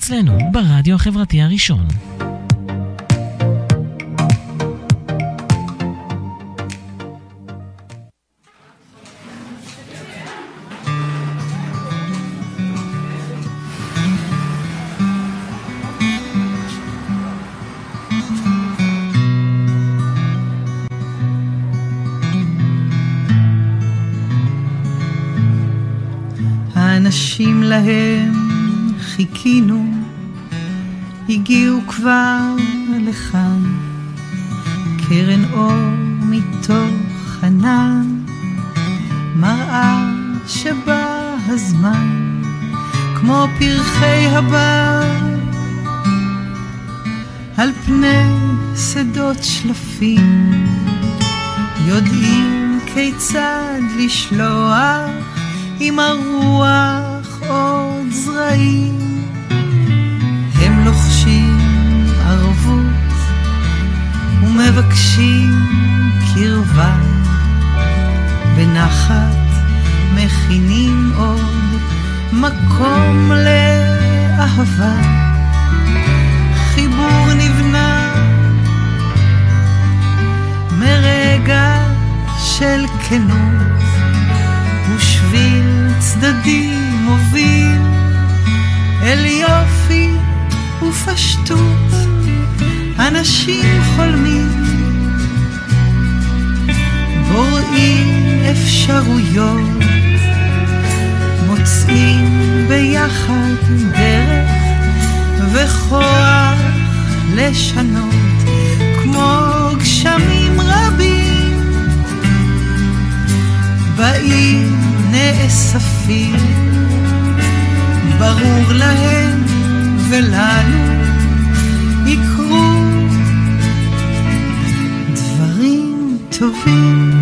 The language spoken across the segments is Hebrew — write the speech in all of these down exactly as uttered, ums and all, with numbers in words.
אצלנו ברדיו החברתי הראשון. האנשים להם חיכינו, הגיעו כבר לכאן, קרן אור מתוך ענן, מראה שבא הזמן, כמו פרחי הבר, על פני שדות שלפים, יודעים כיצד לשלוח עם הרוח עוד זרעים, הם לוחשים ערבות ומבקשים קרבה, בנחת מכינים עוד מקום לאהבה, חיבור נבנה מרגע של כנות, ושביל צדדי מוביל אל יופי ופשטות, אנשים חולמים, בוראים אפשרויות, מוצאים ביחד דרך וכוח לשנות, כמו גשמים רבים באים נאספים, ברור להם ולנו יקרו דברים טובים.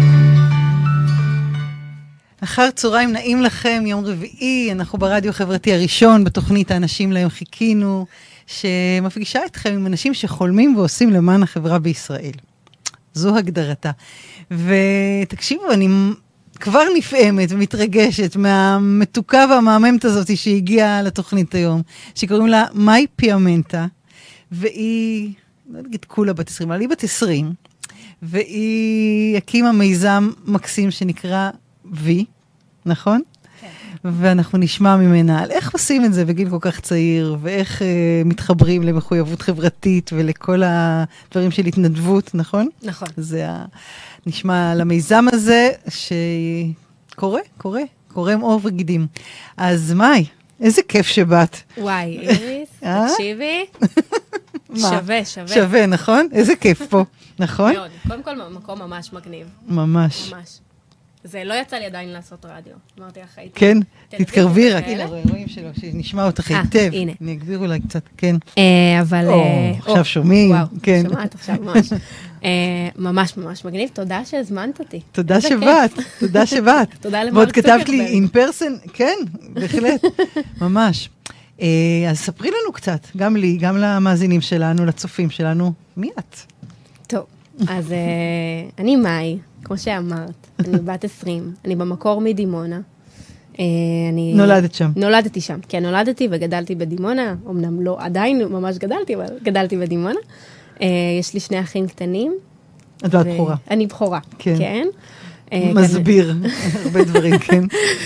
אחר צהריים נעים לכם, יום רביעי, אנחנו ברדיו החברתי הראשון, בתוכנית האנשים להם חיכינו, שמפגישה אתכם עם אנשים שחולמים ועושים למען החברה בישראל. זו הגדרתה. ותקשיבו, אני כבר נפעמת ומתרגשת מהמתוקה והמהממת הזאת שהגיעה לתוכנית היום, שקוראים לה מאי פיאמנטה, והיא, לא נגיד כולה בת עשרים, אבל היא בת עשרים, והיא הקימה מיזם מקסים שנקרא וי, נכון? כן. ואנחנו נשמע ממנה על איך עושים את זה בגיל כל כך צעיר, ואיך אה, מתחברים למחויבות חברתית ולכל הדברים של התנדבות, נכון? נכון. זה ה... נשמע על המיזם הזה שקורה, קורה, קורם אור וגידים. אז מאי, איזה כיף שבאת. וואי, איריס, תקשיבי. שווה, שווה. שווה, נכון? איזה כיף פה, נכון? מאוד, קודם כל מקום ממש מגניב. ממש. ממש. זה לא יצא לי עדיין לעשות רדיו. אמרתי לך, הייתי... כן, תתקרבי רק. הנה, רואים שלו, שנשמע אותך היטב. הנה. אני אגביר אולי קצת, כן. אבל... עכשיו שומעים. וואו, שומעת עכשיו ממש. ממש ממש מגניב, תודה שהזמנת אותי. תודה שבאת, תודה שבאת. תודה למרק ועוד צוקרברג. כתבת לי in person, כן, בהחלט, ממש. אז ספרי לנו קצת, גם לי, גם למאזינים שלנו, לצופים שלנו, מי את? טוב, אז אני מאי, כמו שאמרת, אני בת עשרים, אני במקור מדימונה. אני... נולדת שם. נולדתי שם, כן, נולדתי וגדלתי בדימונה, אמנם לא, עדיין ממש גדלתי, אבל גדלתי בדימונה. יש לי שני אחים קטנים. את ואת בחורה. אני בחורה, כן. כן. מסביר הרבה דברים, כן.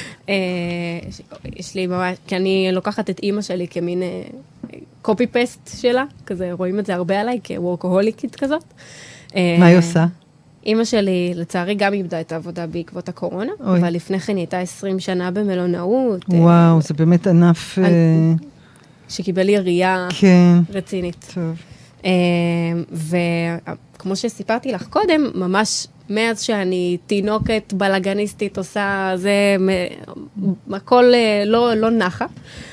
יש לי ממש, כי אני לוקחת את אימא שלי כמין קופי-פסט שלה, כזה רואים את זה הרבה עליי, כוורקוהוליקית כזאת. מה היא עושה? אימא שלי, לצערי, גם איבדה את העבודה בעקבות הקורונה, אבל לפני כן היא הייתה עשרים שנה במלונאות. וואו, זה באמת ענף... שקיבל לי ראייה רצינית. טוב. וכמו שסיפרתי לך קודם, ממש מאז שאני תינוקת בלגניסטית עושה זה, הכל לא, לא נחה.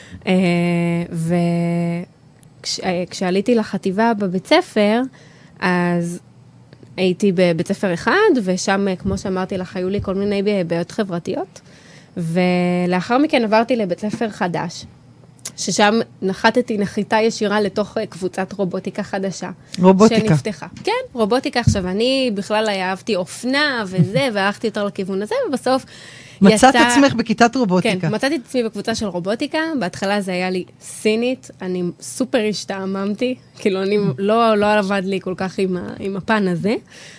וכשעליתי לחטיבה בבית ספר, אז הייתי בבית ספר אחד, ושם, כמו שאמרתי לך, היו לי כל מיני בעיות חברתיות. ולאחר מכן עברתי לבית ספר חדש, ששם נחתתי נחיתה ישירה לתוך קבוצת רובוטיקה חדשה. רובוטיקה. שנפתחה. כן, רובוטיקה. עכשיו, אני בכלל אהבתי אופנה וזה, והלכתי יותר לכיוון הזה, ובסוף מצאת יצא... עצמך בכיתת רובוטיקה. כן, מצאתי את עצמי בקבוצה של רובוטיקה, בהתחלה זה היה לי סינית, אני סופר השתעממתי, כאילו אני לא, לא עבד לי כל כך עם, ה, עם הפן הזה,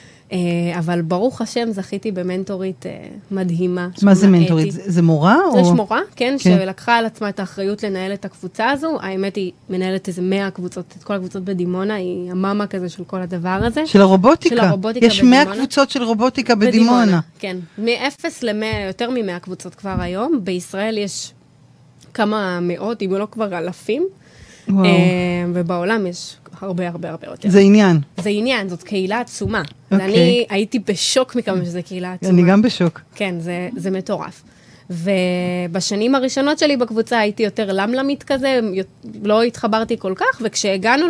אבל ברוך השם זכיתי במנטורית מדהימה. מה זה מנטורית? זה, זה מורה? יש או... מורה, כן, כן, שלקחה על עצמה את האחריות לנהל את הקבוצה הזו, האמת היא מנהלת איזה מאה קבוצות, את כל הקבוצות בדימונה, היא המאמה כזה של כל הדבר הזה. של הרובוטיקה? של הרובוטיקה יש בדימונה. מאה קבוצות של רובוטיקה בדימונה. בדימונה, כן. מ-אפס ל-מאה, יותר מ-מאה קבוצות כבר היום, בישראל יש כמה מאות, אם לא כבר אלפים, וואו. ובעולם יש הרבה הרבה הרבה יותר. זה עניין. זה עניין, זאת קהילה עצומה. אוקיי. ואני הייתי בשוק מכמה שזה קהילה עצומה. אני גם בשוק. כן, זה, זה מטורף. ובשנים הראשונות שלי בקבוצה הייתי יותר למלמית כזה, לא התחברתי כל כך, וכשהגענו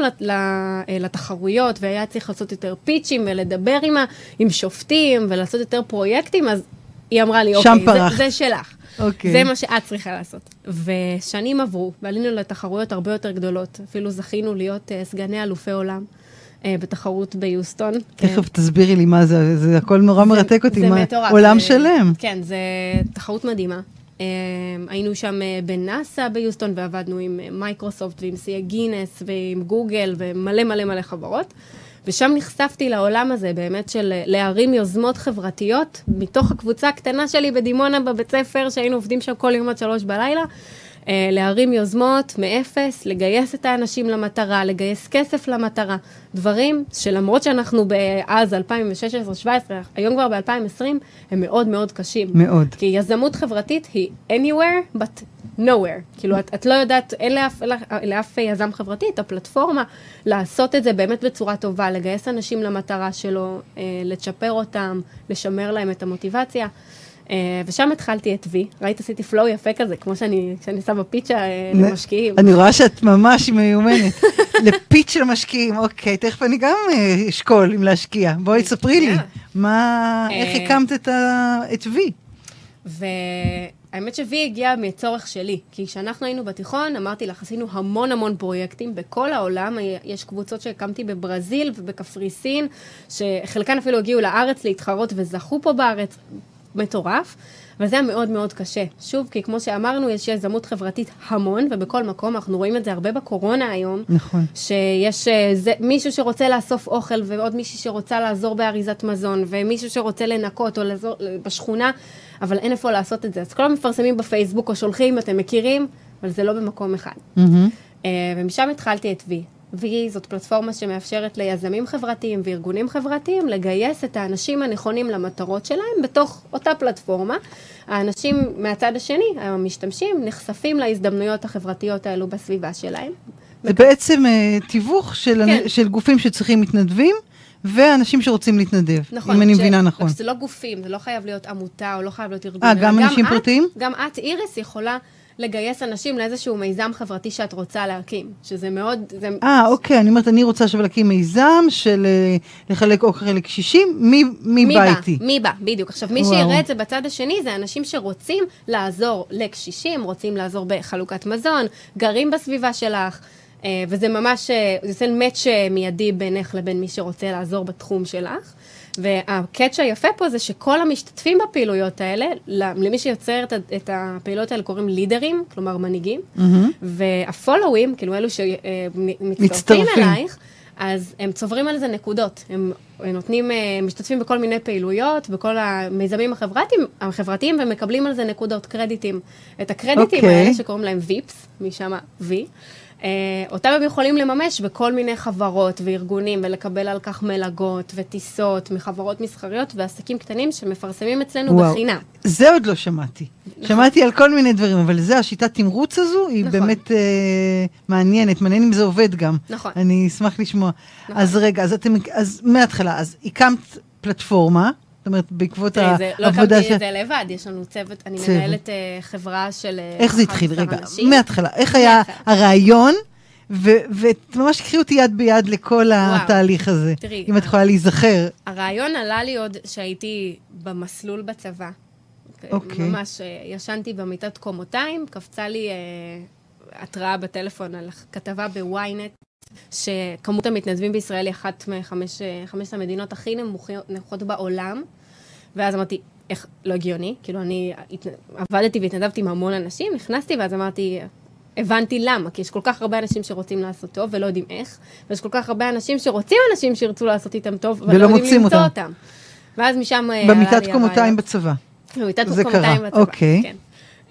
לתחרויות והיה צריך לעשות יותר פיצ'ים ולדבר עם, עם שופטים ולעשות יותר פרויקטים, אז היא אמרה לי, אוקיי, זה, זה שלך. Okay. זה מה שאת צריכה לעשות. ושנים עברו, ועלינו לתחרויות הרבה יותר גדולות. אפילו זכינו להיות uh, סגני אלופי עולם uh, בתחרות ביוסטון. תכף תסבירי לי מה זה, זה הכל נורא מרתק אותי. זה מה, מטורף. עולם זה, שלם. כן, זה תחרות מדהימה. Uh, היינו שם uh, בנאסא ביוסטון, ועבדנו עם מייקרוסופט ועם סי גינס ועם גוגל ומלא מלא מלא חברות. ושם נחשפתי לעולם הזה באמת של להרים יוזמות חברתיות, מתוך הקבוצה הקטנה שלי בדימונה בבית ספר, שהיינו עובדים שם כל יום עד שלוש בלילה, להרים יוזמות מאפס, לגייס את האנשים למטרה, לגייס כסף למטרה, דברים שלמרות שאנחנו באז אלפיים ושש עשרה שבע עשרה, היום כבר ב-אלפיים ועשרים, הם מאוד מאוד קשים. מאוד. כי יזמות חברתית היא anywhere but nowhere. כאילו, את, את לא יודעת, אין לאף, לאף יזם חברתי את הפלטפורמה לעשות את זה באמת בצורה טובה, לגייס אנשים למטרה שלו, לצ'פר אותם, לשמר להם את המוטיבציה. ושם התחלתי את וי, ראית עשיתי פלואו יפה כזה, כמו שאני, שאני עושה בפיצ'ה למשקיעים. אני רואה שאת ממש מיומנת. לפיץ' של משקיעים, אוקיי, תכף אני גם אשקול אם להשקיע. בואי תספרי לי, מה, איך הקמת את וי? והאמת שווי הגיע מצורך שלי, כי כשאנחנו היינו בתיכון, אמרתי לך, עשינו המון המון פרויקטים בכל העולם, יש קבוצות שהקמתי בברזיל ובקפריסין, שחלקן אפילו הגיעו לארץ להתחרות וזכו פה בארץ, מטורף, אבל זה היה מאוד מאוד קשה. שוב, כי כמו שאמרנו, יש יזמות חברתית המון, ובכל מקום, אנחנו רואים את זה הרבה בקורונה היום, נכון. שיש זה, מישהו שרוצה לאסוף אוכל, ועוד מישהו שרוצה לעזור באריזת מזון, ומישהו שרוצה לנקות או לעזור בשכונה, אבל אין איפה לעשות את זה. אז כל המפרסמים בפייסבוק או שולחים, אתם מכירים, אבל זה לא במקום אחד. Mm-hmm. ומשם התחלתי את וי. וי זאת פלטפורמה שמאפשרת ליזמים חברתיים וארגונים חברתיים לגייס את האנשים הנכונים למטרות שלהם בתוך אותה פלטפורמה. האנשים מהצד השני, המשתמשים, נחשפים להזדמנויות החברתיות האלו בסביבה שלהם. זה בעצם uh, תיווך של, כן. של גופים שצריכים מתנדבים, ואנשים שרוצים להתנדב, נכון, אם אני מבינה נכון. זה לא גופים, זה לא חייב להיות עמותה, או לא חייב להיות ארגון. אה, גם אנשים את, פרטיים? גם את, איריס, יכולה לגייס אנשים לאיזשהו מיזם חברתי שאת רוצה להקים, שזה מאוד... אה, אוקיי, אני אומרת, אני רוצה עכשיו להקים מיזם של לחלק אוכל לקשישים, מי, מי, מי בא איתי? מי בא, בדיוק. עכשיו, מי שיראה את זה בצד השני, זה אנשים שרוצים לעזור לקשישים, רוצים לעזור בחלוקת מזון, גרים בסביבה שלך, וזה ממש, זה עושה מאץ' מיידי בינך לבין מי שרוצה לעזור בתחום שלך. והקאץ' היפה פה זה שכל המשתתפים בפעילויות האלה, למי שיוצר את הפעילויות האלה קוראים לידרים, כלומר מנהיגים, והפולואים, כאילו אלו שמצטרפים אלייך, אז הם צוברים על זה נקודות. הם נותנים, משתתפים בכל מיני פעילויות, בכל המיזמים החברתיים, החברתיים, ומקבלים על זה נקודות, קרדיטים. את הקרדיטים האלה שקוראים להם ויפס, משם וי, אותם הם יכולים לממש בכל מיני חברות וארגונים, ולקבל על כך מלגות וטיסות מחברות מסחריות ועסקים קטנים שמפרסמים אצלנו וואו, בחינם. זה עוד לא שמעתי. נכון. שמעתי על כל מיני דברים, אבל זה, השיטת תמרוץ הזו, היא נכון. באמת אה, מעניינת. מעניין אם זה עובד גם. נכון. אני אשמח לשמוע. נכון. אז רגע, אז, אתם, אז מההתחלה, אז הקמת פלטפורמה, זאת אומרת, בעקבות העבודה... לא הקמתי את זה לבד, יש לנו צוות, אני מנהלת חברה של... איך זה התחיל? רגע, מההתחלה. איך היה הרעיון, וממש קחי אותי יד ביד לכל התהליך הזה, אם את יכולה להיזכר. הרעיון עלה לי עוד שהייתי במסלול בצבא. ממש ישנתי במיטת קומותיים, קפצה לי התראה בטלפון על כתבה בוויינט, שכמות המתנדבים בישראל היא אחת מחמש המדינות הכי נמוכות בעולם, ואז אמרתי, איך, לא הגיוני, כאילו אני עבדתי והתנדבתי עם המון אנשים, נכנסתי ואז אמרתי, הבנתי למה, כי יש כל כך הרבה אנשים שרוצים לעשות טוב ולא יודעים איך, ויש כל כך הרבה אנשים שרוצים אנשים שירצו לעשות איתם טוב, ולא יודעים למצוא אותם. ואז משם... במיטת קומותיים בצבא. במיטת קומותיים בצבא, אוקיי. כן.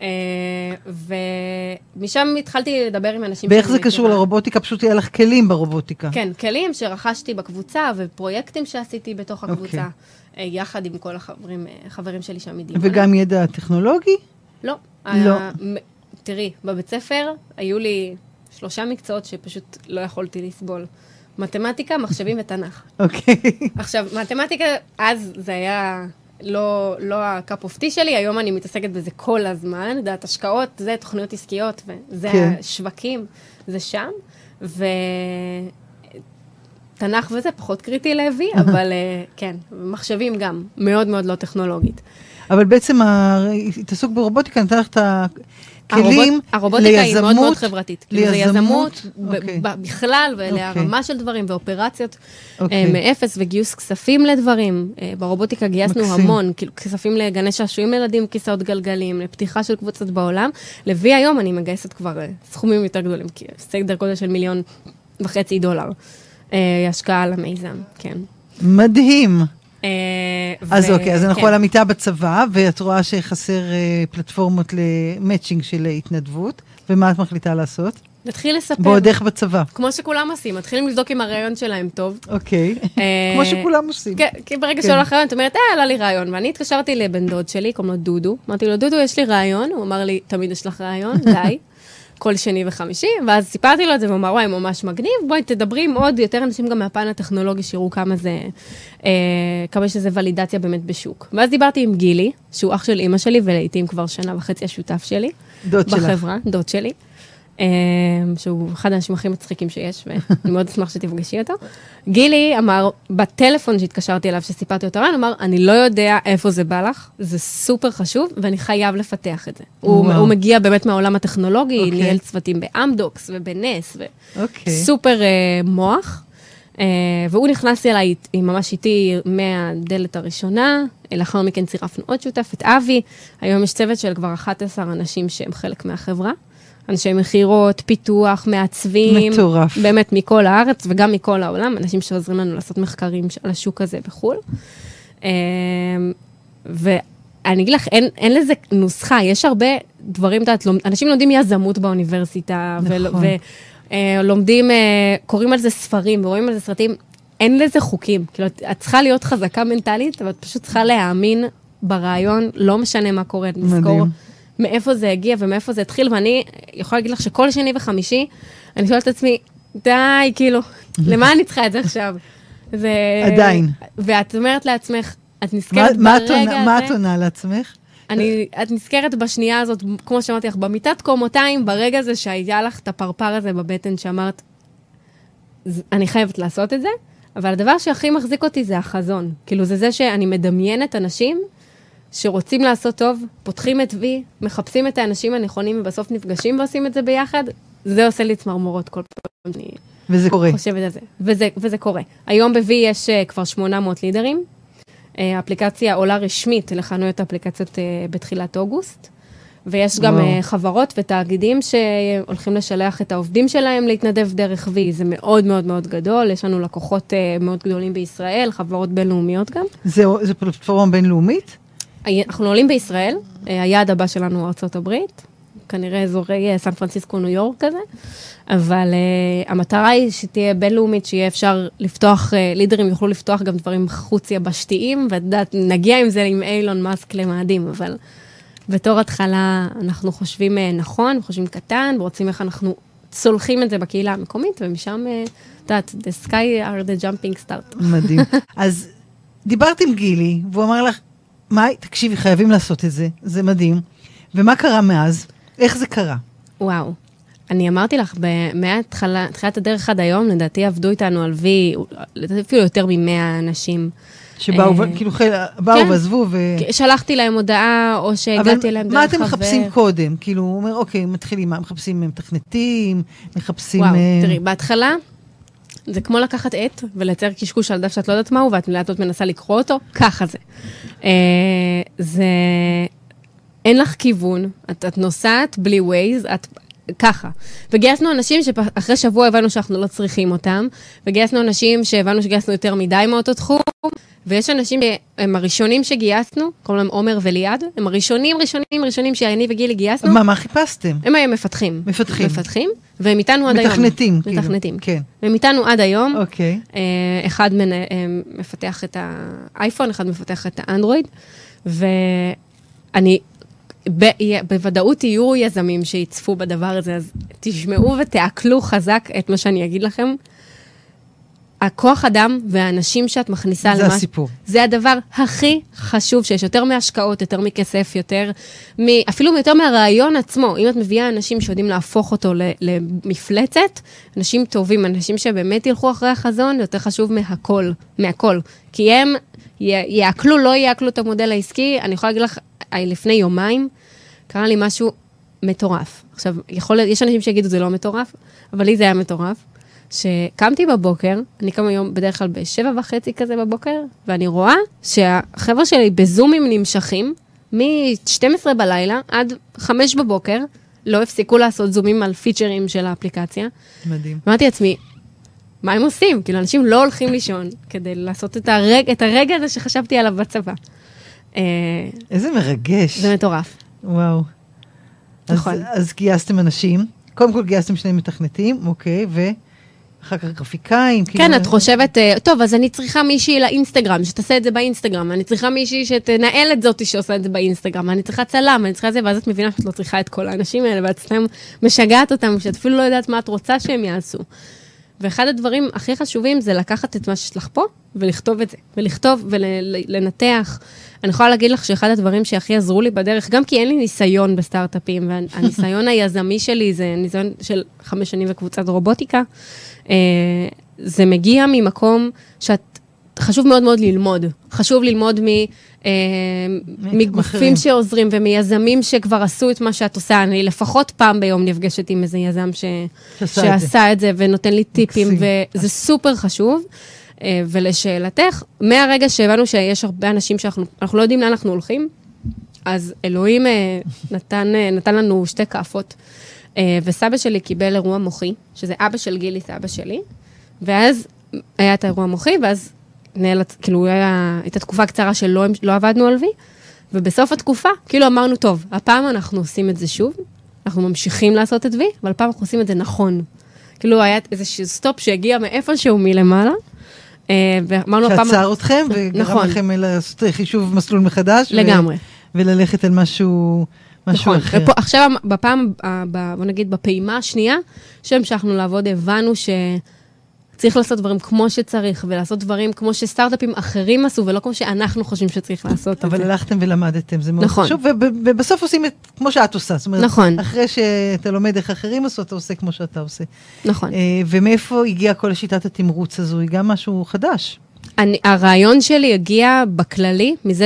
ומשם התחלתי לדבר עם אנשים... ואיך זה קשור לרובוטיקה? פשוט היה לך כלים ברובוטיקה. כן, כלים שרכשתי בקבוצה, ופרויקטים שעשיתי בתוך הקבוצה, יחד עם כל החברים שלי שם מדימונה. וגם ידע טכנולוגי? לא. לא. תראי, בבית ספר היו לי שלושה מקצועות שפשוט לא יכולתי לסבול. מתמטיקה, מחשבים ותנ"ך. אוקיי. עכשיו, מתמטיקה, אז זה היה לא, לא הקאפ אוף טי שלי, היום אני מתעסקת בזה כל הזמן, דעת השקעות, זה תוכניות עסקיות, וזה כן. השווקים, זה שם, ותנ"ך וזה פחות קריטי להביא, אבל כן, מחשבים גם, מאוד מאוד לא טכנולוגית. אבל בעצם התעסוק ברובוטיקה, נתן לך את הכלים הרובוטיקה היא מאוד מאוד חברתית. ליזמות בכלל, ולהרמה של דברים, ואופרציות מאפס, וגיוס כספים לדברים. ברובוטיקה גייסנו המון, כספים לגני שעשועים לילדים, כיסאות גלגלים, לפתיחה של קבוצות בעולם. לוי היום אני מגייסת כבר סכומים יותר גדולים, כי סדר גודל של מיליון וחצי דולר. השקעה על המיזם, כן. מדהים. אז אוקיי, אז אנחנו על המיטה בצבא, ואת רואה שחסר פלטפורמות למאצ'ינג של התנדבות, ומה את מחליטה לעשות? נתחיל לספר. בעודך בצבא. כמו שכולם עושים, מתחילים לבדוק אם הרעיון שלהם טוב. אוקיי, כמו שכולם עושים. כן, כי ברגע שהולך רעיון, את אומרת, אה, עלה לי רעיון, ואני התקשרתי לבן דוד שלי, קוראים לו דודו, אמרתי לו, דודו, יש לי רעיון, הוא אמר לי, תמיד יש לך רעיון, די. כל שני וחמישי, ואז סיפרתי לו את זה, והוא אמר, וואי, ממש מגניב, בואי תדברי עם עוד יותר אנשים גם מהפן הטכנולוגי, שיראו כמה זה, אה, כמה שזה ולידציה באמת בשוק. ואז דיברתי עם גילי, שהוא אח של אמא שלי, ולעיתים כבר שנה וחצי השותף שלי. דוד שלך. בחברה, דוד שלי. אה, שהוא אחד האנשים הכי מצחיקים שיש, ואני מאוד אשמח שתפגשי אותו. גילי אמר, בטלפון שהתקשרתי אליו, שסיפרתי אותו, הוא אמר, אני לא יודע איפה זה בא לך, זה סופר חשוב, ואני חייב לפתח את זה. הוא, הוא מגיע באמת מהעולם הטכנולוגי, okay. ניהל צוותים באמדוקס ובנס, וסופר okay. uh, מוח, uh, והוא נכנס אליי ממש איתי מהדלת הראשונה, לאחר מכן צירפנו עוד שותף, את אבי, היום יש צוות של כבר אחת עשרה אנשים שהם חלק מהחברה, אנשי מחירות, פיתוח, מעצבים. מטורף. באמת מכל הארץ וגם מכל העולם, אנשים שעוזרים לנו לעשות מחקרים על השוק הזה בחול. ואני אגיד לך, אין, אין לזה נוסחה, יש הרבה דברים, דעת, אנשים לומדים יזמות באוניברסיטה, נכון. ולומדים, קוראים על זה ספרים, ורואים על זה סרטים, אין לזה חוקים. כאילו, את צריכה להיות חזקה מנטלית, אבל את פשוט צריכה להאמין ברעיון, לא משנה מה קורה, נזכור. מאיפה זה הגיע ומאיפה זה התחיל, ואני יכולה להגיד לך שכל שני וחמישי, אני שואלת את עצמי, די, כאילו, למה אני צריכה את זה עכשיו? זה... עדיין. ואת אומרת לעצמך, את נזכרת מה, ברגע מה הזה... מה את עונה לעצמך? אני, את נזכרת בשנייה הזאת, כמו שאמרתי לך, במיטת קומותיים, ברגע הזה שהיה לך את הפרפר הזה בבטן, שאמרת, אני חייבת לעשות את זה, אבל הדבר שהכי מחזיק אותי זה החזון. כאילו, זה זה שאני מדמיינת אנשים, שרוצים לעשות טוב, פותחים את וי, מחפשים את האנשים הנכונים, ובסוף נפגשים ועושים את זה ביחד, זה עושה לי צמרמורות כל פעם. אני וזה קורה. חושבת על זה. וזה, וזה קורה. היום ב-וי יש uh, כבר שמונה מאות לידרים. Uh, האפליקציה עולה רשמית לחנויות האפליקציות uh, בתחילת אוגוסט, ויש גם uh, חברות ותאגידים שהולכים לשלח את העובדים שלהם להתנדב דרך וי. זה מאוד מאוד מאוד גדול. יש לנו לקוחות uh, מאוד גדולים בישראל, חברות בינלאומיות גם. זה, זה פלטפורמה בינלאומית? אנחנו עולים בישראל, היעד הבא שלנו הוא ארצות הברית, כנראה אזורי סן פרנסיסקו, ניו יורק כזה, אבל uh, המטרה היא שתהיה בינלאומית, שיהיה אפשר לפתוח, uh, לידרים יוכלו לפתוח גם דברים חוץ יבשתיים, ונגיע עם זה עם אילון מאסק למאדים, אבל בתור התחלה אנחנו חושבים uh, נכון, חושבים קטן, ורוצים איך אנחנו צולחים את זה בקהילה המקומית, ומשם, את יודעת, the sky are the jumping start. מדהים. אז דיברת עם גילי, והוא אמר לך, מה, תקשיבי, חייבים לעשות את זה, זה מדהים. ומה קרה מאז? איך זה קרה? וואו, אני אמרתי לך, מתחילת הדרך עד היום, לדעתי עבדו איתנו על וי, לדעתי אפילו יותר ממאה אנשים. שבאו, כאילו, באו ועזבו ו... שלחתי להם הודעה, או שהגעתי להם דרך חבר. מה אתם מחפשים קודם? כאילו, הוא אומר, אוקיי, מתחילים, מה מחפשים מתכנתים, מחפשים... וואו, תראי, בהתחלה, זה כמו לקחת עט ולייצר קשקוש על דף שאת לא יודעת מהו, ואת לאט לאט מנסה לקרוא אותו, ככה זה. זה, אין לך כיוון, את, את נוסעת בלי ווייז, את ככה. וגייסנו אנשים שאחרי שבוע הבנו שאנחנו לא צריכים אותם, וגייסנו אנשים שהבנו שגייסנו יותר מדי מאותו תחום, ויש אנשים שהם הראשונים שגייסנו, קוראים להם עומר וליעד, הם הראשונים, ראשונים, ראשונים שאני וגילי גייסנו. מה, מה חיפשתם? הם היו מפתחים. מפתחים. מפתחים, והם איתנו עד היום. מתכנתים, כאילו. מתכנתים. כן. והם איתנו עד היום. אוקיי. אחד מפתח את האייפון, אחד מפתח את האנדרואיד, ואני, בוודאות יהיו יזמים שיצפו בדבר הזה, אז תשמעו ותעכלו חזק את מה שאני אגיד לכם. הכוח אדם והאנשים שאת מכניסה זה למש... הסיפור. זה הדבר הכי חשוב שיש, יותר מהשקעות, יותר מכסף, יותר, מ... אפילו יותר מהרעיון עצמו. אם את מביאה אנשים שיודעים להפוך אותו למפלצת, אנשים טובים, אנשים שבאמת ילכו אחרי החזון, זה יותר חשוב מהכל, מהכל. כי הם יעקלו, לא יעקלו את המודל העסקי. אני יכולה להגיד לך, לפני יומיים, קרה לי משהו מטורף. עכשיו, יכול... יש אנשים שיגידו זה לא מטורף, אבל לי זה היה מטורף. שקמתי בבוקר, אני קם היום בדרך כלל בשבע וחצי כזה בבוקר, ואני רואה שהחבר'ה שלי בזומים נמשכים, מ-שתים עשרה בלילה עד חמש בבוקר, לא הפסיקו לעשות זומים על פיצ'רים של האפליקציה. מדהים. אמרתי לעצמי, מה הם עושים? כאילו, אנשים לא הולכים לישון כדי לעשות את הרגע, את הרגע הזה שחשבתי עליו בצבא. איזה מרגש. זה מטורף. וואו. נכון. אז, אז גייסתם אנשים, קודם כל גייסתם שני מתכנתים, אוקיי, ו... אחר כך גרפיקאים. כן, את חושבת, טוב, אז אני צריכה מישהי לאינסטגרם, שתעשה את זה באינסטגרם, אני צריכה מישהי שתנהל את זאתי שעושה את זה באינסטגרם, אני צריכה צלם, אני צריכה את זה, ואז את מבינה שאת לא צריכה את כל האנשים האלה, ואת סתם משגעת אותם, שאת אפילו לא יודעת מה את רוצה שהם יעשו. ואחד הדברים הכי חשובים זה לקחת את מה שיש לך פה, ולכתוב את זה, ולכתוב ולנתח. אני יכולה להגיד לך שאחד הדברים שהכי עזרו לי בדרך, גם כי אין לי ניסיון בסטארט-אפים, והניסיון היזמי שלי זה ניסיון של חמש שנים בקבוצת רובוטיקה, זה מגיע ממקום שאת, חשוב מאוד מאוד ללמוד. חשוב ללמוד מ, מגופים שעוזרים ומיזמים שכבר עשו את מה שאת עושה. אני לפחות פעם ביום נפגשת עם איזה יזם ש, שעשה את זה ונותן לי טיפים, וזה סופר חשוב. ולשאלתך, מהרגע שהבנו שיש הרבה אנשים שאנחנו אנחנו לא יודעים לאן אנחנו הולכים, אז אלוהים נתן, נתן לנו שתי כאפות. וסבא שלי קיבל אירוע מוחי, שזה אבא של גילי, זה אבא שלי, ואז היה את האירוע מוחי, ואז נהלת, כאילו היה, הייתה תקופה קצרה שלא לא עבדנו על וי, ובסוף התקופה, כאילו אמרנו, טוב, הפעם אנחנו עושים את זה שוב, אנחנו ממשיכים לעשות את וי, אבל הפעם אנחנו עושים את זה נכון. כאילו היה איזשהו סטופ שהגיע מאיפשהו מלמעלה, ואמרנו הפעם... שעצר אתכם, וגרם לכם לעשות חישוב מסלול מחדש. לגמרי. וללכת על משהו... משהו אחר. ופה, עכשיו, בפעם, בוא נגיד, בפעימה השנייה, שהמשכנו לעבוד, הבנו שצריך לעשות דברים כמו שצריך, ולעשות דברים כמו שסטארט-אפים אחרים עשו, ולא כמו שאנחנו חושבים שצריך לעשות את זה. אבל הלכתם ולמדתם, זה מאוד נכון. חשוב, ובסוף עושים את כמו שאת עושה. זאת אומרת, נכון. אחרי שאתה לומד איך אחרים עשו, אתה עושה כמו שאתה עושה. נכון. ומאיפה הגיעה כל השיטת התמרוץ הזו? היא גם משהו חדש. אני, הרעיון שלי הגיע בכללי, מזה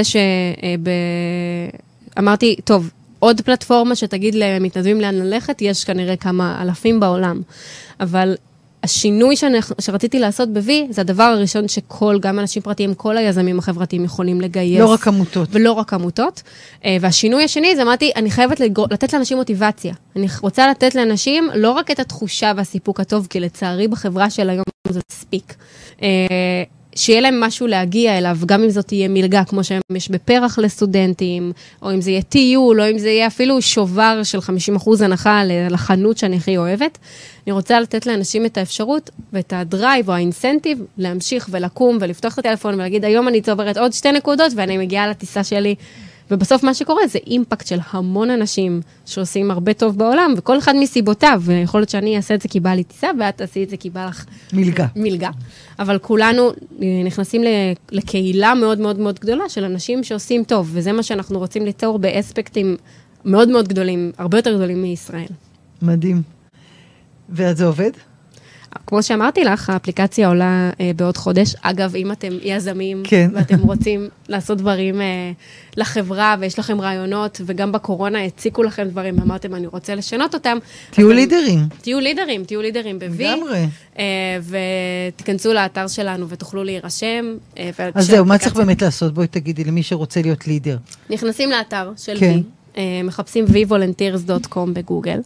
שאמרתי, טוב, עוד פלטפורמה שתגיד למתנדבים לאן ללכת, יש כנראה כמה אלפים בעולם. אבל השינוי שאני, שרציתי לעשות ב-וי, זה הדבר הראשון שכל, גם אנשים פרטיים, כל היזמים החברתיים יכולים לגייס. לא רק עמותות. ולא רק עמותות. והשינוי השני, זה אמרתי, אני חייבת לגר... לתת לאנשים מוטיבציה. אני רוצה לתת לאנשים לא רק את התחושה והסיפוק הטוב, כי לצערי בחברה של היום זה מספיק. שיהיה להם משהו להגיע אליו, גם אם זאת תהיה מלגה, כמו שיש בפרח לסטודנטים, או אם זה יהיה טיול, או אם זה יהיה אפילו שובר של חמישים אחוז הנחה לחנות שאני הכי אוהבת. אני רוצה לתת לאנשים את האפשרות, ואת הדרייב או האינסנטיב, להמשיך ולקום ולפתוח את הטלפון, ולהגיד, היום אני צוברת עוד שתי נקודות, ואני מגיעה לטיסה שלי. ובסוף מה שקורה זה אימפקט של המון אנשים שעושים הרבה טוב בעולם, וכל אחד מסיבותיו, ויכול להיות שאני אעשה את זה כי בא לי טיסה, ואת תעשי את זה כי בא לך מלגה. מלגה. אבל כולנו נכנסים לקהילה מאוד מאוד מאוד גדולה של אנשים שעושים טוב, וזה מה שאנחנו רוצים ליצור באספקטים מאוד מאוד גדולים, הרבה יותר גדולים מישראל. מדהים. ואז זה עובד? כמו שאמרתי לך, האפליקציה עולה אה, בעוד חודש. אגב, אם אתם יזמים, כן. ואתם רוצים לעשות דברים אה, לחברה, ויש לכם רעיונות, וגם בקורונה הציקו לכם דברים, ואמרתם, אני רוצה לשנות אותם. תהיו לידרים. תהיו לידרים, תהיו לידרים ב-וי. לגמרי. אה, ותיכנסו לאתר שלנו ותוכלו להירשם. אה, אז זהו, מה צריך באמת לעשות? בואי תגידי למי שרוצה להיות לידר. נכנסים לאתר של כן. וי. מחפשים וי וולנטירס דוט קום בגוגל,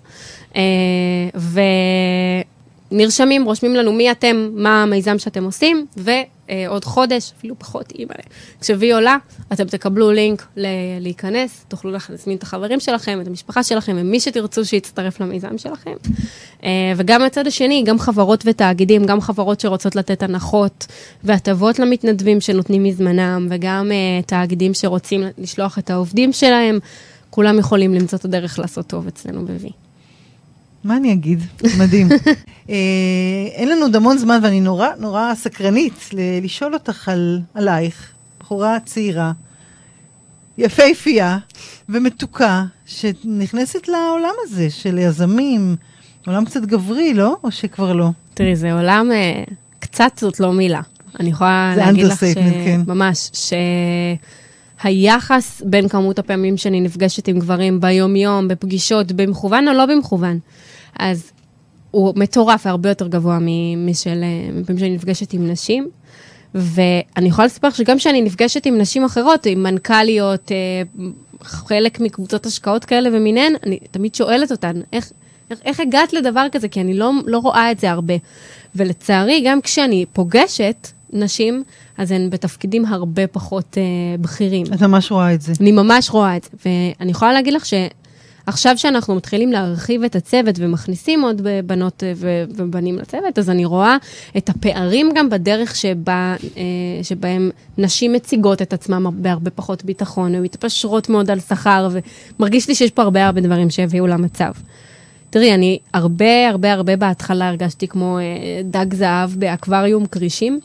ונרשמים, רושמים לנו מי אתם, מה המיזם שאתם עושים, ועוד חודש, אפילו פחות, כשוי עולה, אתם תקבלו לינק להיכנס, תוכלו להזמין את החברים שלכם, את המשפחה שלכם, ומי שתרצו שיצטרף למיזם שלכם. וגם הצד השני, גם חברות ותאגידים, גם חברות שרוצות לתת הנחות, והטבות למתנדבים שנותנים מזמנם, וגם תאגידים שרוצים לשלוח את העובדים שלהם, כולם יכולים למצוא את הדרך לעשות טוב אצלנו ב-וי. מה אני אגיד? מדהים. אין לנו עוד המון זמן, ואני נורא, נורא סקרנית לשאול אותך על, עלייך, בחורה צעירה, יפהפייה ומתוקה, שנכנסת לעולם הזה של יזמים, עולם קצת גברי, לא? או שכבר לא? תראי, זה עולם, קצת זאת לא מילה. אני יכולה להגיד לך שממש, ש... היחס בין כמות הפעמים שאני נפגשת עם גברים ביום-יום, בפגישות, במכוון או לא במכוון, אז הוא מטורף, הרבה יותר גבוה משל, מפעמים שאני נפגשת עם נשים, ואני יכולה לספר שגם שאני נפגשת עם נשים אחרות, עם מנכ"ליות, חלק מקבוצות השקעות כאלה ומינן, אני תמיד שואלת אותן, איך, איך, איך הגעת לדבר כזה? כי אני לא, לא רואה את זה הרבה. ולצערי, גם כשאני פוגשת נשים, אז הן בתפקידים הרבה פחות אה, בכירים. את ממש רואה את זה. אני ממש רואה את זה. ואני יכולה להגיד לך שעכשיו שאנחנו מתחילים להרחיב את הצוות ומכניסים עוד בנות ו- ובנים לצוות, אז אני רואה את הפערים גם בדרך שבה, אה, שבהם נשים מציגות את עצמם בהרבה פחות ביטחון, ומתפשרות מאוד על שכר, ומרגיש לי שיש פה הרבה הרבה דברים שהביאו למצב. תראי, אני הרבה הרבה הרבה בהתחלה הרגשתי כמו אה, דג זהב באקווריום קרישים,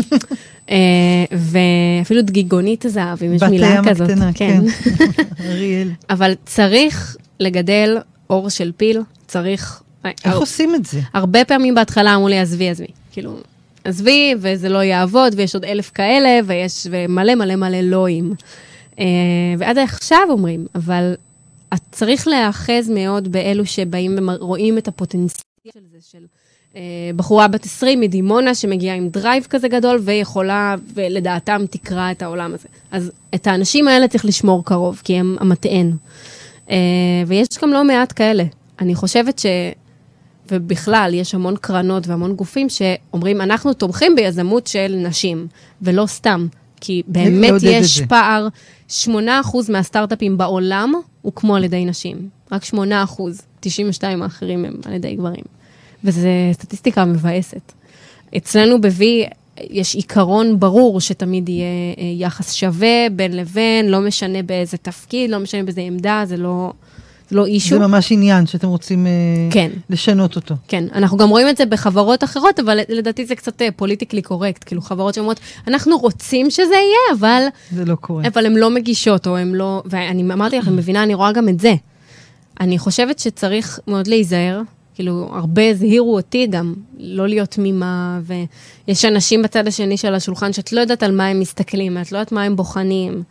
ואפילו דגיגונית הזהב, אם יש מילה כזאת. בת הים הקטנה, כן. אריאל. אבל צריך לגדל אור של פיל, צריך... איך עושים את זה? הרבה פעמים בהתחלה אמרו לי, עזבי, עזבי. כאילו, עזבי, וזה לא יעבוד, ויש עוד אלף כאלה, ויש מלא מלא מלא לואים. ועד עכשיו אומרים, אבל את צריך להאחז מאוד באלו שבאים ורואים את הפוטנציאל של זה, של... בחורה בת עשרים מדימונה שמגיעה עם דרייב כזה גדול ויכולה, ולדעתם תקרא את העולם הזה. אז את האנשים האלה צריך לשמור קרוב, כי הם המטען. ויש גם לא מעט כאלה. אני חושבת ש... ובכלל, יש המון קרנות והמון גופים שאומרים, אנחנו תומכים ביזמות של נשים, ולא סתם. כי באמת יש פער, שמונה אחוז מהסטארט-אפים בעולם הוא כמו על ידי נשים. רק שמונה אחוז, תשעים ושתיים האחרים הם על ידי גברים. וזו סטטיסטיקה מבאסת. אצלנו ב-וי יש עיקרון ברור שתמיד יהיה יחס שווה בין לבין, לא משנה באיזה תפקיד, לא משנה באיזה עמדה, זה לא, זה לא אישו. זה ממש עניין שאתם רוצים כן. לשנות אותו. כן, אנחנו גם רואים את זה בחברות אחרות, אבל לדעתי זה קצת פוליטיקלי קורקט, כאילו חברות שאומרות, אנחנו רוצים שזה יהיה, אבל... זה לא קורה. אבל הן לא מגישות, או הן לא... ואני אמרתי לך, אני מבינה, אני רואה גם את זה. אני חושבת שצריך מאוד להיזהר, כאילו, הרבה זהירו אותי גם, לא להיות תמימה, ויש אנשים בצד השני של השולחן, שאת לא יודעת על מה הם מסתכלים, את לא יודעת מה הם בוחנים,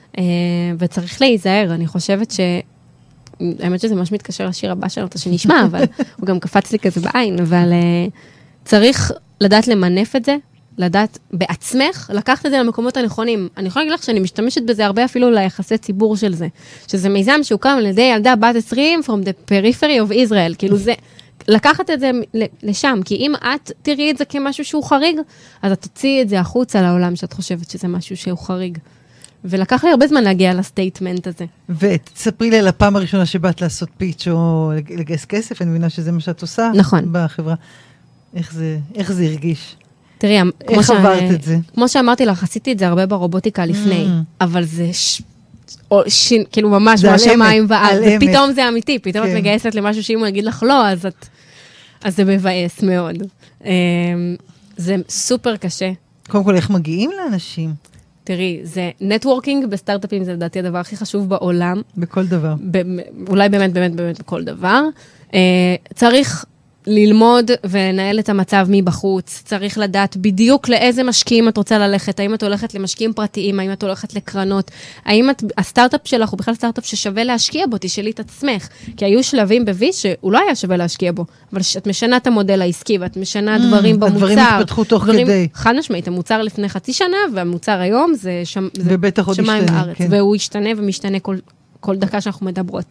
וצריך להיזהר, אני חושבת ש... האמת שזה ממש מתקשר לשיר הבא שלנו, שנשמע, אבל הוא גם קפץ לי כזה בעין, אבל צריך לדעת למנף את זה, לדעת בעצמך, לקחת את זה למקומות הנכונים. אני יכולה להגיד לך שאני משתמשת בזה הרבה אפילו ליחסי ציבור של זה, שזה מיזם שהוקם על ידי ילדה בת עשרים from the periphery of Israel, כאילו זה, לקחת את זה לשם, כי אם את תראי את זה כמשהו שהוא חריג, אז את תוציאי את זה החוצה לעולם שאת חושבת שזה משהו שהוא חריג. ולקח לי הרבה זמן להגיע לסטייטמנט הזה. ותספרי לי על הפעם הראשונה שבאת לעשות פיץ' או לגייס כסף, אני מבינה שזה מה שאת עושה. נכון. בחברה. איך זה, איך זה הרגיש? תראי, איך עברת את זה? כמו שאמרתי לך, עשיתי את זה הרבה ברובוטיקה לפני, אבל זה כאילו ממש מה שמיים ועל, ופתאום זה אמיתי, פתאום את מגייסת למשהו שאם הוא יגיד לך לא, אז זה מבאס מאוד. זה סופר קשה. קודם כל, איך מגיעים לאנשים? תראי, זה נטוורקינג בסטארט-אפים, זה לדעתי הדבר הכי חשוב בעולם. בכל דבר. אולי באמת, באמת, באמת בכל דבר. צריך ללמוד ולנהל את המצב מבחוץ, צריך לדעת בדיוק לאיזה משקיעים את רוצה ללכת, האם את הולכת למשקיעים פרטיים, האם את הולכת לקרנות, האם את, הסטארט-אפ שלך הוא בכלל סטארט-אפ ששווה להשקיע בו, תשאלי את עצמך, כי היו שלבים בוי שהוא לא היה שווה להשקיע בו, אבל את משנה את המודל העסקי, ואת משנה דברים במוצר. הדברים התפתחו תוך כדי. חד משמעית, המוצר לפני חצי שנה, והמוצר היום זה שמיים בארץ, והוא ישתנה ומשתנה כל, כל דקה שאנחנו מדברות.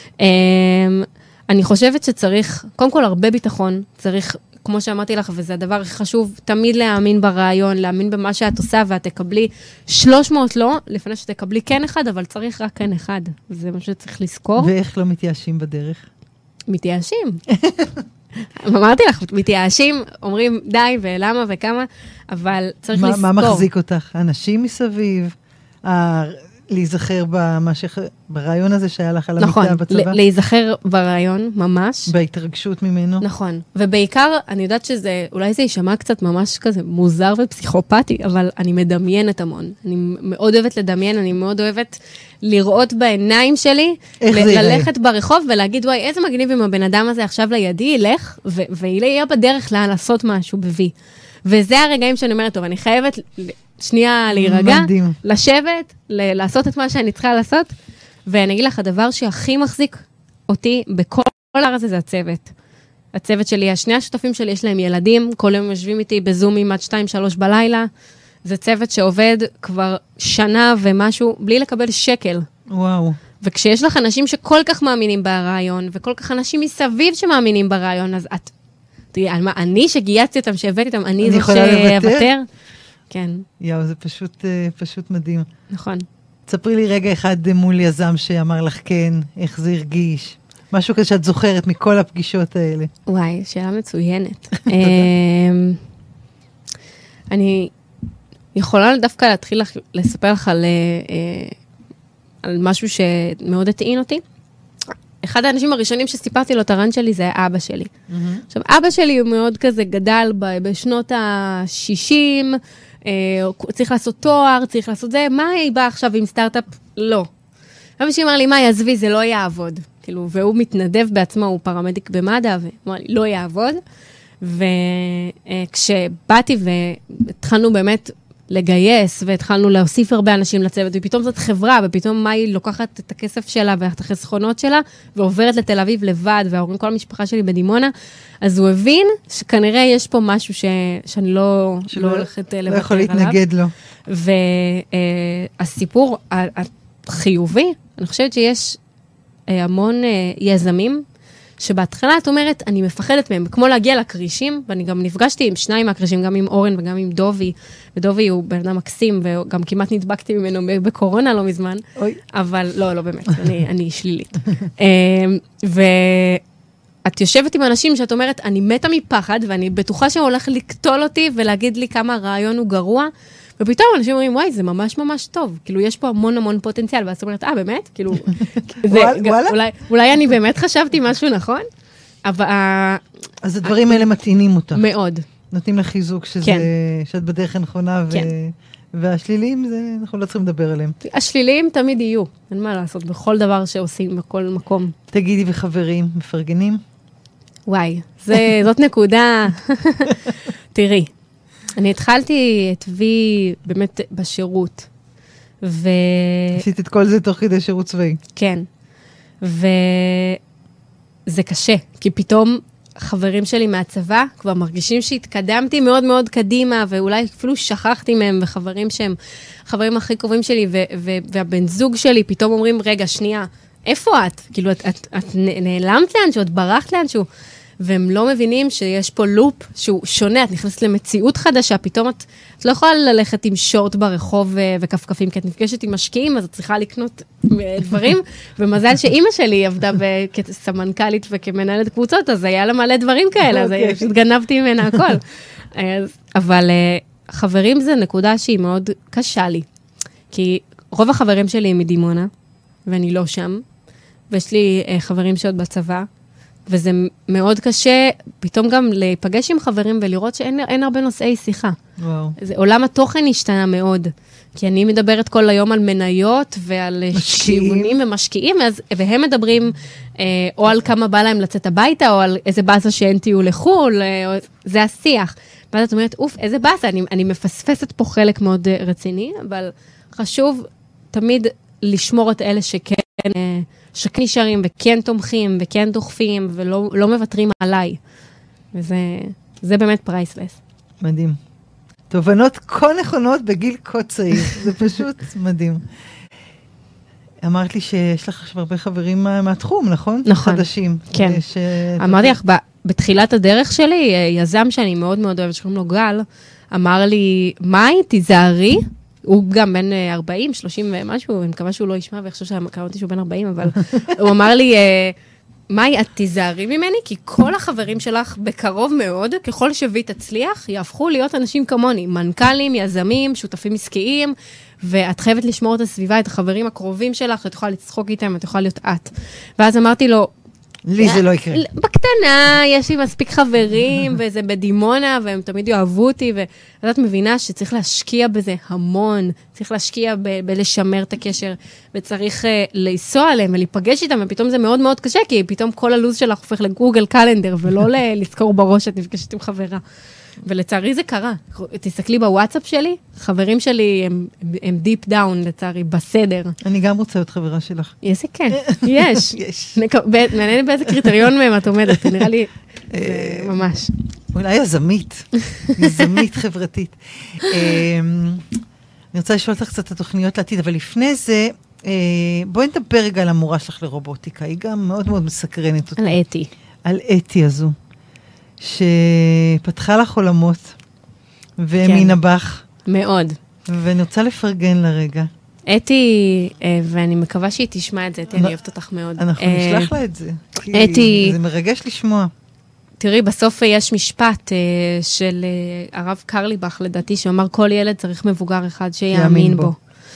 אני חושבת שצריך, קודם כל, הרבה ביטחון, צריך, כמו שאמרתי לך, וזה הדבר הכי חשוב, תמיד להאמין ברעיון, להאמין במה שאת עושה, ואת תקבלי שלוש מאות לא, לפני שתקבלי כן אחד, אבל צריך רק כן אחד. זה מה שצריך לזכור. ואיך לא מתייאשים בדרך? מתייאשים. אמרתי לך, מתייאשים, אומרים די ולמה וכמה, אבל צריך לזכור. מה מחזיק אותך? אנשים מסביב? להיזכר ברעיון הזה שהיה לך על המיטה בצבא? נכון, להיזכר ברעיון, ממש. בהתרגשות ממנו? נכון, ובעיקר, אני יודעת שזה, אולי זה יישמע קצת ממש כזה מוזר ופסיכופתי, אבל אני מדמיינת המון. אני מאוד אוהבת לדמיין, אני מאוד אוהבת לראות בעיניים שלי, ללכת ברחוב ולהגיד, וואי, איזה מגניב עם הבן אדם הזה עכשיו לידי, ילך, ויהיה בדרך לה לעשות משהו בוי. וזה הרגעים שאני אומרת, טוב, אני חייבת שנייה להירגע, מדהים. לשבת, ל- לעשות את מה שאני צריכה לעשות, ואני אגיד לך, הדבר שהכי מחזיק אותי בכל הר הזה זה הצוות. הצוות שלי, השני השותפים שלי, יש להם ילדים, כל יום יושבים איתי בזומים עד שתיים שלוש בלילה, זה צוות שעובד כבר שנה ומשהו, בלי לקבל שקל. וואו. וכשיש לך אנשים שכל כך מאמינים ברעיון, וכל כך אנשים מסביב שמאמינים ברעיון, אז את, תראי, על מה, אני שגייצתי אותם, שהבאתי אותם, אני זו שאוותר. כן. יאו, זה פשוט, פשוט מדהים. נכון. תספרי לי רגע אחד מול יזם שאמר לך כן, איך זה הרגיש. משהו כזה שאת זוכרת מכל הפגישות האלה. וואי, שאלה מצוינת. אני יכולה דווקא להתחיל לספר לך על, על משהו שמאוד הטעין אותי. אחד האנשים הראשונים שסיפרתי לו את הרן שלי זה אבא שלי. Mm-hmm. עכשיו, אבא שלי הוא מאוד כזה גדל ב- בשנות ה-שישים, אה, צריך לעשות תואר, צריך לעשות זה, מה היא באה עכשיו עם סטארט-אפ? לא. אבא שלי אמר לי, מה יעזבי, זה לא יעבוד. כאילו, והוא מתנדב בעצמו, הוא פרמדיק במד"א, ואמר לי, לא יעבוד. וכשבאתי והתחלנו באמת לגייס, והתחלנו להוסיף הרבה אנשים לצוות, ופתאום זאת חברה, ופתאום מה היא לוקחת את הכסף שלה ואת החסכונות שלה, ועוברת לתל אביב לבד, וההורים, כל המשפחה שלי בדימונה, אז הוא הבין שכנראה יש פה משהו ש... שאני לא, לא הולכת לוותר עליו. לא יכול להתנגד לו. והסיפור החיובי, אני חושבת שיש המון יזמים, שבהתחלה את אומרת, אני מפחדת מהם, כמו להגיע לקרישים, ואני גם נפגשתי עם שניים מהקרישים, גם עם אורן וגם עם דובי, ודובי הוא בן אדם מקסים, וגם כמעט נדבקתי ממנו בקורונה לא מזמן, אוי. אבל לא, לא באמת, אני, אני שלילית. ואת יושבת עם אנשים שאת אומרת, אני מתה מפחד, ואני בטוחה שהוא הולך לקטול אותי, ולהגיד לי כמה הרעיון הוא גרוע, ופתאום אנשים אומרים, וואי, זה ממש ממש טוב. כאילו, יש פה המון המון פוטנציאל, ואז אומרת, אה, באמת? כאילו, אולי אני באמת חשבתי משהו נכון, אבל... אז הדברים האלה מתעינים אותך. מאוד. נותנים לך חיזוק שאת בדרך הנכונה, והשליליים, אנחנו לא צריכים לדבר עליהם. השליליים תמיד יהיו, אין מה לעשות, בכל דבר שעושים, בכל מקום. תגידי, וחברים, מפרגנים? וואי, זאת נקודה. תראי. אני התחלתי את וי באמת בשירות, ו... עשית את כל זה תוך כדי שירות צבאי. כן, וזה קשה, כי פתאום חברים שלי מהצבא כבר מרגישים שהתקדמתי מאוד מאוד קדימה, ואולי אפילו שכחתי מהם, וחברים שהם חברים הכי קרובים שלי, ו- ו- והבן זוג שלי פתאום אומרים, רגע, שנייה, איפה את? כאילו, את, את, את נעלמת לאנשהו, את ברחת לאנשהו, והם לא מבינים שיש פה לופ שהוא שונה, את נכנסת למציאות חדשה, פתאום את, את לא יכולה ללכת עם שורט ברחוב וכפכפים, כי את נפגשת עם משקיעים, אז את צריכה לקנות דברים, ומזל שאימא שלי עבדה כסמנכ"לית וכמנהלת קבוצות, אז היה לה מלא דברים כאלה, אז פשוט גנבתי ממנה הכל. אבל חברים זה נקודה שהיא מאוד קשה לי, כי רוב החברים שלי הם מדימונה, ואני לא שם, ויש לי חברים שעוד בצבא, וזה מאוד קשה, פתאום גם להיפגש עם חברים ולראות שאין הרבה נושאי שיחה. וואו. זה, עולם התוכן השתנה מאוד, כי אני מדברת כל היום על מניות ועל שיוונים ומשקיעים, אז, והם מדברים אה, או על כמה בא להם לצאת הביתה, או על איזה באסה שאין טיול לחול, אה, זה השיח. ואז את אומרת, אוף, איזה באסה, אני, אני מפספסת פה חלק מאוד uh, רציני, אבל חשוב תמיד לשמור את אלה שכן, uh, שכן נשארים וכן תומכים וכן דוחפים, ולא לא מוותרים עליי. וזה זה באמת פרייסלס. מדהים. תובנות כה נכונות בגיל כה צעיר. זה פשוט מדהים. אמרת לי שיש לך עכשיו הרבה חברים מהתחום, נכון? נכון. חדשים. כן. ש... אמרתי לך, בתחילת הדרך שלי, יזם שאני מאוד מאוד אוהבת, שקוראים לו גל, אמר לי, מאי, תיזהרי, הוא גם בין ארבעים, שלושים ומשהו, אני מקווה שהוא לא ישמע, ויחשוב שקראתי שהוא בין ארבעים, אבל הוא אמר לי, מאי, את תיזהרי ממני, כי כל החברים שלך בקרוב מאוד, ככל שבי תצליח, יהפכו להיות אנשים כמוני, מנכ"לים, יזמים, שותפים עסקיים, ואת חייבת לשמור את הסביבה, את החברים הקרובים שלך, את יכולה לצחוק איתם, את יכולה להיות את. ואז אמרתי לו, לי זה לא יקרה. בקטנה, יש לי מספיק חברים, וזה בדימונה, והם תמיד יאהבו אותי, ואז את מבינה שצריך להשקיע בזה המון, צריך להשקיע ב- בלשמר את הקשר, וצריך uh, לנסוע עליהם ולהיפגש איתם, ופתאום זה מאוד מאוד קשה, כי פתאום כל הלוז שלך הופך לגוגל קלנדר, ולא לזכור בראש שאת נפגשת עם חברה. ולצערי זה קרה. תסתכלי בוואטסאפ שלי, חברים שלי הם, הם דיפ דאון, לצערי, בסדר. אני גם רוצה להיות חברה שלך. איזה כן, יש. יש. מעניין באיזה קריטריון מהם את עומדת, נראה לי, זה ממש. אולי יזמית, יזמית חברתית. אני רוצה לשאול אותך קצת את התוכניות לעתיד, אבל לפני זה, בואי נדבר רגע על המורה שלך לרובוטיקה, היא גם מאוד מאוד מסקרנת אותה. על אתי. על אתי הזו. שפתחה לך עולמות, והאמינה בך. מאוד. ואני רוצה לפרגן לרגע. אתי, ואני מקווה שהיא תשמע את זה, אתי, אני אוהבת אותך מאוד. אנחנו נשלח לה את זה. אתי... זה מרגש לשמוע. תראי, בסוף יש משפט של הרב קרליבך, לדעתי, שאומר, כל ילד צריך מבוגר אחד שיאמין בו.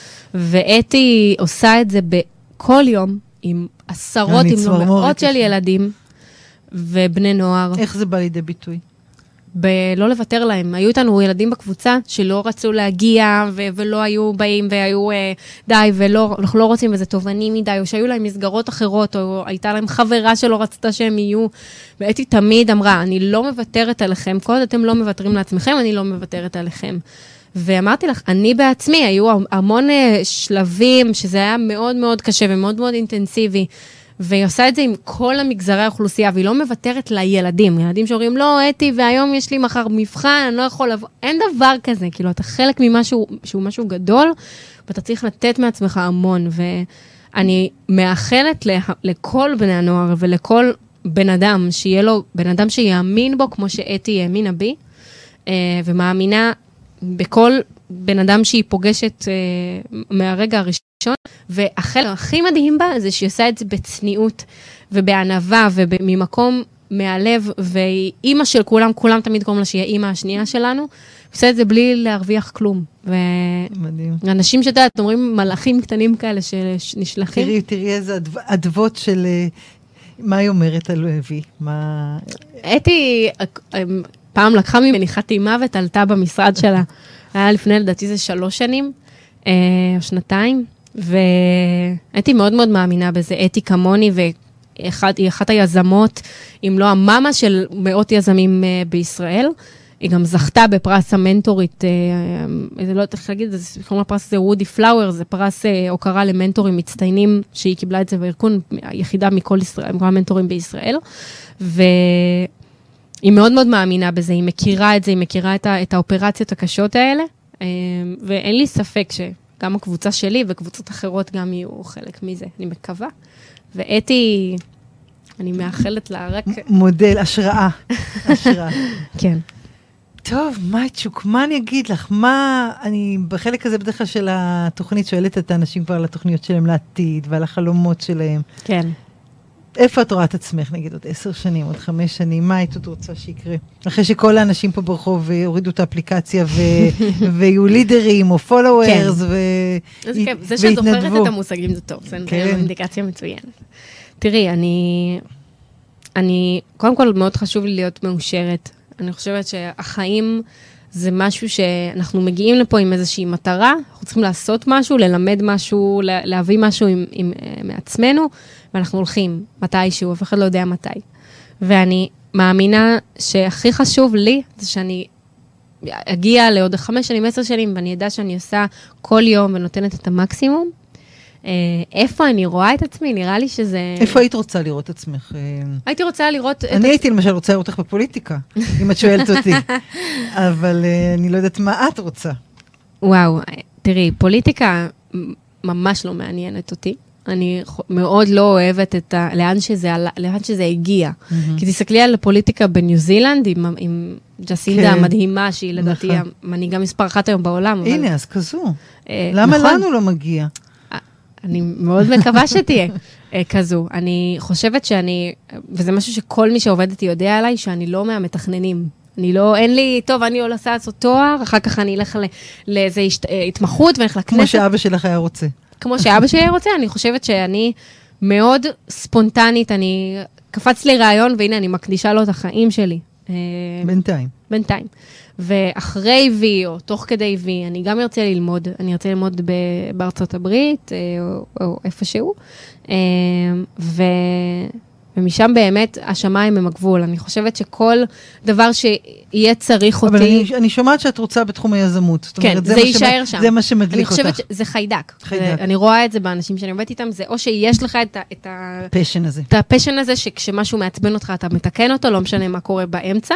ואתי עושה את זה בכל יום, עם עשרות, אם לא מאות של ילדים, ובני נוער. איך זה בא לידי ביטוי? בלא לוותר להם. היו איתנו ילדים בקבוצה שלא רצו להגיע, ו- ולא היו באים והיו אה, די, ולא, אנחנו לא רוצים, וזה תובעני מדי, או שהיו להם מסגרות אחרות, או הייתה להם חברה שלא רצתה שהם יהיו. ואתי תמיד אמרה, אני לא מוותרת עליכם, כל עוד אתם לא מוותרים לעצמכם, אני לא מוותרת עליכם. ואמרתי לך, אני בעצמי, היו המון שלבים, שזה היה מאוד מאוד קשה ומאוד מאוד אינטנסיבי, והיא עושה את זה עם כל המגזרי האוכלוסייה, והיא לא מוותרת לילדים. ילדים שאומרים, לא, אתי, והיום יש לי מחר מבחן, אני לא יכול לבוא. אין דבר כזה, כאילו, אתה חלק ממשהו שהוא משהו גדול, ואתה צריך לתת מעצמך המון, ואני מאחלת לכל בני הנוער, ולכל בן אדם, שיהיה לו, בן אדם שיאמין בו, כמו שאתי האמינה בי, ומאמינה בכל בן אדם שהיא פוגשת מהרגע הראשון, והחלק הכי מדהים בה זה שהיא עושה את זה בצניעות ובענווה וממקום מהלב, והיא אימא של כולם, כולם תמיד קוראים לה שהיא האימא השנייה שלנו, עושה את זה בלי להרוויח כלום. מדהים. ואנשים שדעת, אומרים מלאכים קטנים כאלה שנשלחים. תראי, תראי איזה אדוות של מה היא אומרת על אוהבי. אתי פעם לקחה ממני חתימה ותלתה במשרד שלה. היה לפני, לדעתי זה שלוש שנים, או שנתיים, והייתי מאוד מאוד מאמינה בזה. אתי כמוני, והיא אחת היזמות, אם לא המאמה של מאות יזמים בישראל. היא גם זכתה בפרס המנטורית, זה לא יודעת איך להגיד, זה קוראים לפרס הזה וודי פלאואר, זה פרס הוקרה למנטורים מצטיינים, שהיא קיבלה את זה בארגון, היחידה מכל ישראל, מכל המנטורים בישראל, והיא מאוד מאוד מאמינה בזה, היא מכירה את זה, היא מכירה את, את האופרציות הקשות האלה, ואין לי ספק שגם הקבוצה שלי וקבוצות אחרות גם יהיו חלק מזה, אני מקווה. ואתי, אני מאחלת לה רק... מודל, השראה. השראה. כן. טוב, מייצ'וק, מה אני אגיד לך? מה, אני בחלק הזה בדרך כלל של התוכנית שואלת את האנשים כבר על התוכניות שלהם לעתיד ועל החלומות שלהם. כן. איפה את רואה את עצמך, נגיד, עוד עשר שנים, עוד חמש שנים, מה היית עוד רוצה שיקרה? אחרי שכל האנשים פה ברחוב הורידו את האפליקציה ויהיו לידרים או פולוורס והתנדבו. זה שאת זוכרת את המושגים זה טוב, זה אינדיקציה מצוינת. תראי, אני, אני, קודם כל מאוד חשוב לי להיות מאושרת. אני חושבת שהחיים זה משהו שאנחנו מגיעים לפה עם איזושהי מטרה, אנחנו צריכים לעשות משהו, ללמד משהו, להביא משהו עם, עם, מעצמנו, ואנחנו הולכים מתישהו, אף אחד לא יודע מתי. ואני מאמינה שהכי חשוב לי, זה שאני אגיע לעוד חמש שנים, עשר שנים, ואני יודע שאני עושה כל יום ונותנת את המקסימום. איפה אני רואה את עצמי? נראה לי שזה... איפה היית רוצה לראות את עצמך? הייתי רוצה לראות... אני הייתי למשל רוצה לראות אותך בפוליטיקה, אם את שואלת אותי. אבל אני לא יודעת מה את רוצה. וואו, תראי, פוליטיקה ממש לא מעניינת אותי. אני מאוד לא אוהבת את ה... לאן שזה, לאן שזה הגיע. כי תסתכלי על הפוליטיקה בניו זילנד, עם, עם ג'סינדה המדהימה, שהיא לדעתי המנהיגה מספר אחת היום בעולם. הנה, אז כזו. למה לנו לא מגיע? אני מאוד מקווה שתהיה כזו. אני חושבת שאני, וזה משהו שכל מי שעובד איתי יודע עליי, שאני לא מהמתכננים. אני לא, אין לי, טוב, אני עושה לעשות תואר, אחר כך אני אלך לאיזו התמחות, ואני אלך לכנסת. כמו שאבא שלך היה רוצה. כמו שאבא שלי היה רוצה, אני חושבת שאני מאוד ספונטנית, אני קפץ לי רעיון, והנה, אני מקדישה לו את החיים שלי. בינתיים. בינתיים. ואחרי וי, או תוך כדי וי, אני גם ארצה ללמוד, אני ארצה ללמוד בארצות הברית, או, או איפשהו, ו... ומשם באמת השמיים הם הגבול. אני חושבת שכל דבר שיהיה צריך אותי... אבל אני, אני שומעת שאת רוצה בתחום היזמות. כן, אומרת, זה, זה יישאר שם. זה מה שמדליק אותך. אני חושבת שזה חיידק. חיידק. זה, אני רואה את זה באנשים שאני עובדת איתם, זה או שיש לך את, את ה... פשן הזה. את הפשן הזה, שכשמשהו מעצבן אותך, אתה מתקן אותו, לא משנה מה קורה באמצע.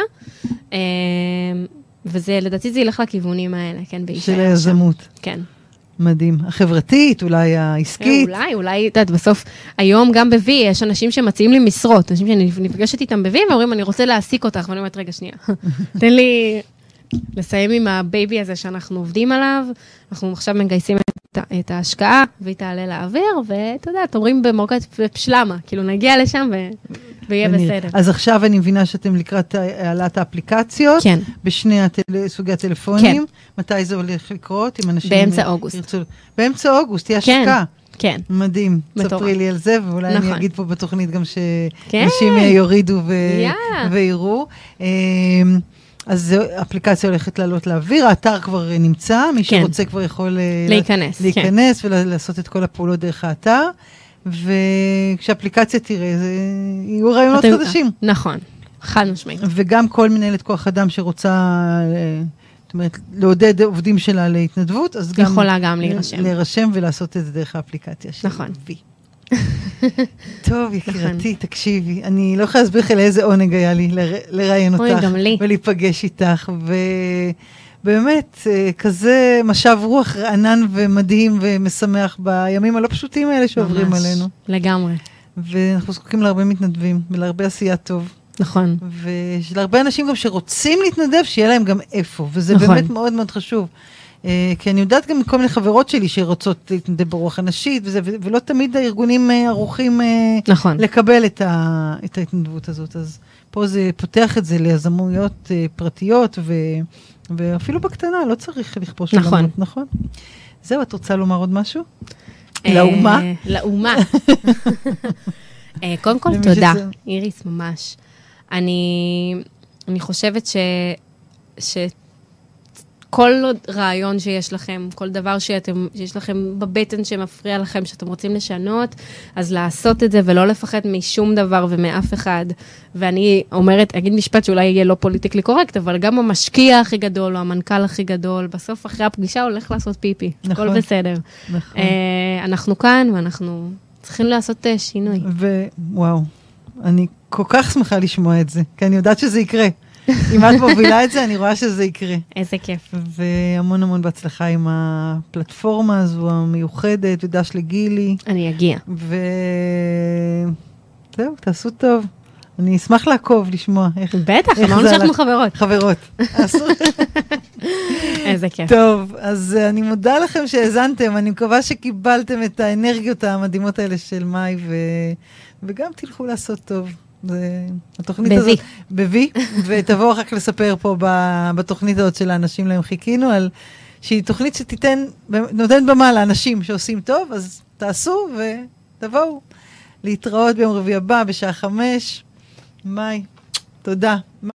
וזה, לדעתי זה ילך לכיוונים האלה, כן, של היזמות. כן. מדהים. החברתית, אולי העסקית. אולי, אולי, את יודעת, בסוף, היום גם ב-וי, יש אנשים שמציעים לי משרות, אנשים שאני נפגשת איתם ב-וי, ואומרים, אני רוצה להעסיק אותך, ואני אומרת, רגע, שנייה. תן לי לסיים עם הבייבי הזה שאנחנו עובדים עליו, אנחנו עכשיו מגייסים את, את ההשקעה, והיא תעלה לאוויר, ואתה יודע, אומרים במרוקאית פשלמה, כאילו נגיע לשם ו... ויהיה בסדר. אז עכשיו אני מבינה שאתם לקראת העלת האפליקציות, כן. בשני הטל... סוגי הטלפונים. כן. מתי זה הולך לקרות? עם אנשים באמצע אוגוסט. ירצו... באמצע אוגוסט, תהיה כן. השקה. כן. מדהים. ספרי לי על זה, ואולי נכון. אני אגיד פה בתוכנית גם כן. שאנשים יורידו ו... Yeah. ויראו. אז האפליקציה הולכת לעלות לאוויר, האתר כבר נמצא, מי כן. שרוצה כבר יכול להיכנס, להיכנס כן. ולעשות את כל הפעולות דרך האתר. וכשאפליקציה תראה, זה יהיו רעיונות אתם, חדשים. נכון, חד משמעית. וגם כל מנהלת כוח אדם שרוצה, זאת אומרת, לעודד עובדים שלה להתנדבות, אז גם... יכולה גם להירשם. להירשם ולעשות את זה דרך האפליקציה שלי. נכון. וי. טוב, יקירתי, תקשיבי, אני לא יכולה להסביר לך לאיזה עונג היה לי לראיין אותך. גם לי. ולהיפגש איתך, ו... באמת, כזה משב רוח רענן ומדהים ומשמח בימים הלא פשוטים האלה שעוברים ממש, עלינו. לגמרי. ואנחנו זקוקים להרבה מתנדבים ולהרבה עשייה טוב. נכון. ולהרבה אנשים גם שרוצים להתנדב, שיהיה להם גם איפה. וזה נכון. באמת מאוד מאוד חשוב. כי אני יודעת גם מכל מיני חברות שלי שרוצות להתנדב ברוח הנשית, וזה, ולא תמיד הארגונים ערוכים נכון. לקבל את, ה, את ההתנדבות הזאת. אז פה זה פותח את זה ליזמויות פרטיות ו... ואפילו בקטנה, לא צריך לכבוש נכון. עולמות, נכון? זהו, את רוצה לומר עוד משהו? לאומה? לאומה. קודם כל, תודה. איריס, ממש. אני חושבת ש... כל רעיון שיש לכם, כל דבר שאתם, שיש לכם בבטן שמפריע לכם, שאתם רוצים לשנות, אז לעשות את זה ולא לפחד משום דבר ומאף אחד. ואני אומרת, אגיד משפט שאולי יהיה לא פוליטיקלי קורקט, אבל גם המשקיע הכי גדול, או המנכ"ל הכי גדול, בסוף אחרי הפגישה הולך לעשות פיפי. נכון. הכל בסדר. נכון. אה, אנחנו כאן ואנחנו צריכים לעשות שינוי. ווואו, אני כל כך שמחה לשמוע את זה, כי אני יודעת שזה יקרה. אם את מובילה את זה, אני רואה שזה יקרה. איזה כיף. והמון המון בהצלחה עם הפלטפורמה הזו המיוחדת, ודש לגילי. אני אגיע. וזהו, תעשו טוב. אני אשמח לעקוב, לשמוע איך... בטח, אמרנו שאנחנו חברות. חברות. איזה כיף. טוב, אז אני מודה לכם שהאזנתם, אני מקווה שקיבלתם את האנרגיות המדהימות האלה של מאי, וגם תלכו לעשות טוב. התוכנית בוי. הזאת, בוי, ותבואו רק לספר פה בתוכנית הזאת של האנשים להם חיכינו, על שהיא תוכנית שתיתן, נותנת במה לאנשים שעושים טוב, אז תעשו ותבואו להתראות ביום רביעי הבא בשעה חמש. מאי, תודה.